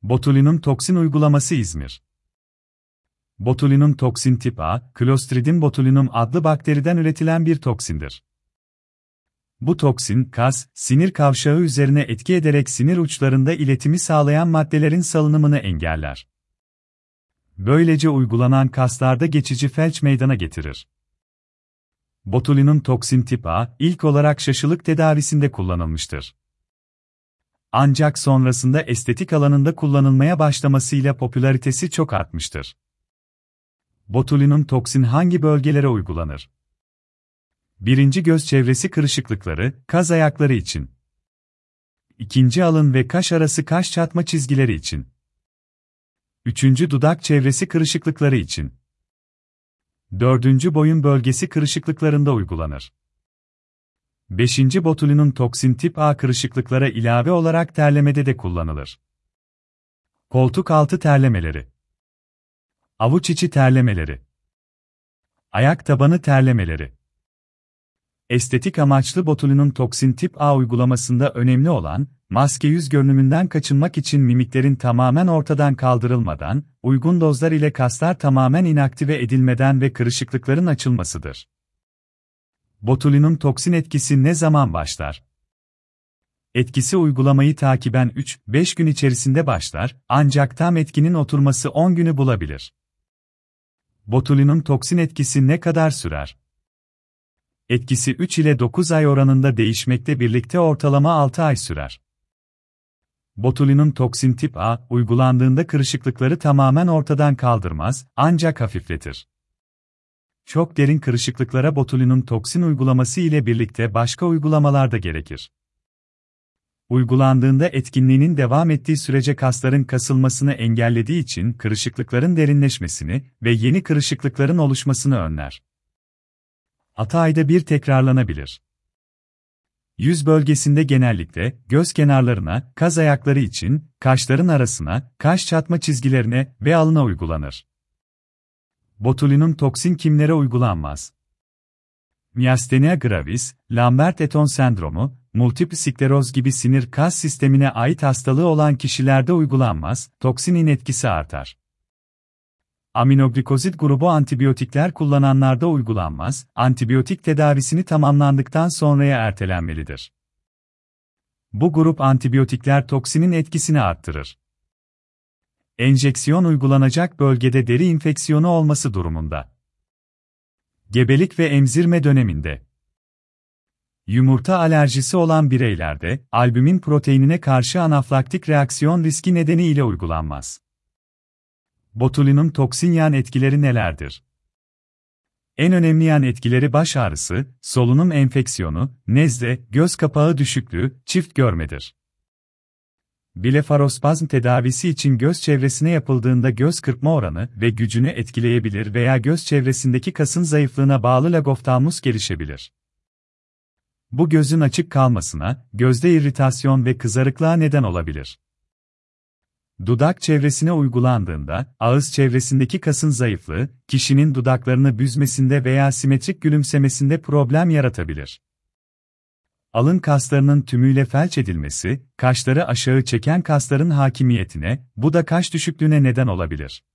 Botulinum toksin uygulaması İzmir. Botulinum toksin tip A, Clostridium botulinum adlı bakteriden üretilen bir toksindir. Bu toksin, kas, sinir kavşağı üzerine etki ederek sinir uçlarında iletimi sağlayan maddelerin salınımını engeller. Böylece uygulanan kaslarda geçici felç meydana getirir. Botulinum toksin tip A, ilk olarak şaşılık tedavisinde kullanılmıştır. Ancak sonrasında estetik alanında kullanılmaya başlamasıyla popülaritesi çok artmıştır. Botulinum toksin hangi bölgelere uygulanır? 1. Göz çevresi kırışıklıkları, kaz ayakları için. 2. Alın ve kaş arası kaş çatma çizgileri için. 3. Dudak çevresi kırışıklıkları için. 4. Boyun bölgesi kırışıklıklarında uygulanır. 5. Botulinum toksin tip A kırışıklıklara ilave olarak terlemede de kullanılır. Koltuk altı terlemeleri. Avuç içi terlemeleri. Ayak tabanı terlemeleri. Estetik amaçlı botulinum toksin tip A uygulamasında önemli olan, maske yüz görünümünden kaçınmak için mimiklerin tamamen ortadan kaldırılmadan, uygun dozlar ile kaslar tamamen inaktive edilmeden ve kırışıklıkların açılmasıdır. Botulinum toksin etkisi ne zaman başlar? Etkisi uygulamayı takiben 3-5 gün içerisinde başlar, ancak tam etkinin oturması 10 günü bulabilir. Botulinum toksin etkisi ne kadar sürer? Etkisi 3 ile 9 ay oranında değişmekle birlikte ortalama 6 ay sürer. Botulinum toksin tip A, uygulandığında kırışıklıkları tamamen ortadan kaldırmaz, ancak hafifletir. Çok derin kırışıklıklara botulinum toksin uygulaması ile birlikte başka uygulamalar da gerekir. Uygulandığında etkinliğinin devam ettiği sürece kasların kasılmasını engellediği için kırışıklıkların derinleşmesini ve yeni kırışıklıkların oluşmasını önler. 6 ayda bir tekrarlanabilir. Yüz bölgesinde genellikle göz kenarlarına, kaz ayakları için, kaşların arasına, kaş çatma çizgilerine ve alına uygulanır. Botulinum toksin kimlere uygulanmaz? Myasthenia gravis, Lambert-Eaton sendromu, multiple skleroz gibi sinir kas sistemine ait hastalığı olan kişilerde uygulanmaz, toksinin etkisi artar. Aminoglikozid grubu antibiyotikler kullananlarda uygulanmaz, antibiyotik tedavisini tamamlandıktan sonraya ertelenmelidir. Bu grup antibiyotikler toksinin etkisini arttırır. Enjeksiyon uygulanacak bölgede deri infeksiyonu olması durumunda. Gebelik ve emzirme döneminde. Yumurta alerjisi olan bireylerde, albümin proteinine karşı anafilaktik reaksiyon riski nedeniyle uygulanmaz. Botulinum toksin yan etkileri nelerdir? En önemli yan etkileri baş ağrısı, solunum enfeksiyonu, nezle, göz kapağı düşüklüğü, çift görmedir. Blefarospazm tedavisi için göz çevresine yapıldığında göz kırpma oranı ve gücünü etkileyebilir veya göz çevresindeki kasın zayıflığına bağlı lagoftalmus gelişebilir. Bu gözün açık kalmasına, gözde irritasyon ve kızarıklığa neden olabilir. Dudak çevresine uygulandığında, ağız çevresindeki kasın zayıflığı, kişinin dudaklarını büzmesinde veya simetrik gülümsemesinde problem yaratabilir. Alın kaslarının tümüyle felç edilmesi, kaşları aşağı çeken kasların hakimiyetine, bu da kaş düşüklüğüne neden olabilir.